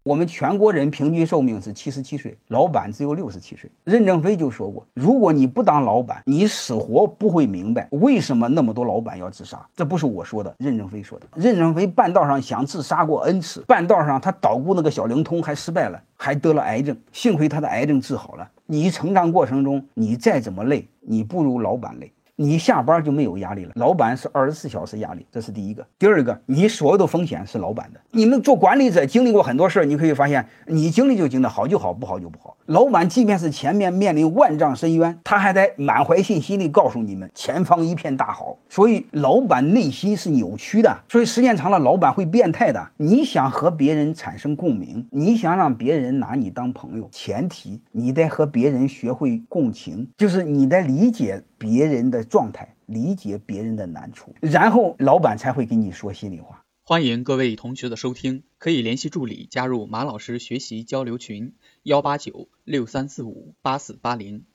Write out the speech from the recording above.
我们全国人平均寿命是77岁，老板只有67岁。任正非就说过，如果你不当老板，你死活不会明白为什么那么多老板要自杀。这不是我说的，任正非说的。任正非半道上想自杀过 N 次，半道上他捣鼓那个小灵通还失败了，还得了癌症，幸亏他的癌症治好了。你成长过程中你再怎么累，你不如老板累。你下班就没有压力了，老板是24小时压力，这是第一个。第二个，你所有的风险是老板的。你们做管理者经历过很多事，你可以发现，你经历就经历，好就好，不好就不好。老板即便是前面面临万丈深渊，他还在满怀信心地告诉你们，前方一片大好。所以老板内心是扭曲的，所以时间长了，老板会变态的。你想和别人产生共鸣，你想让别人拿你当朋友，前提你得和别人学会共情，就是你得理解别人的状态，理解别人的难处，然后老板才会跟你说心里话。 欢迎各位同学的收听，可以联系助理加入马老师学习交流群18963458480。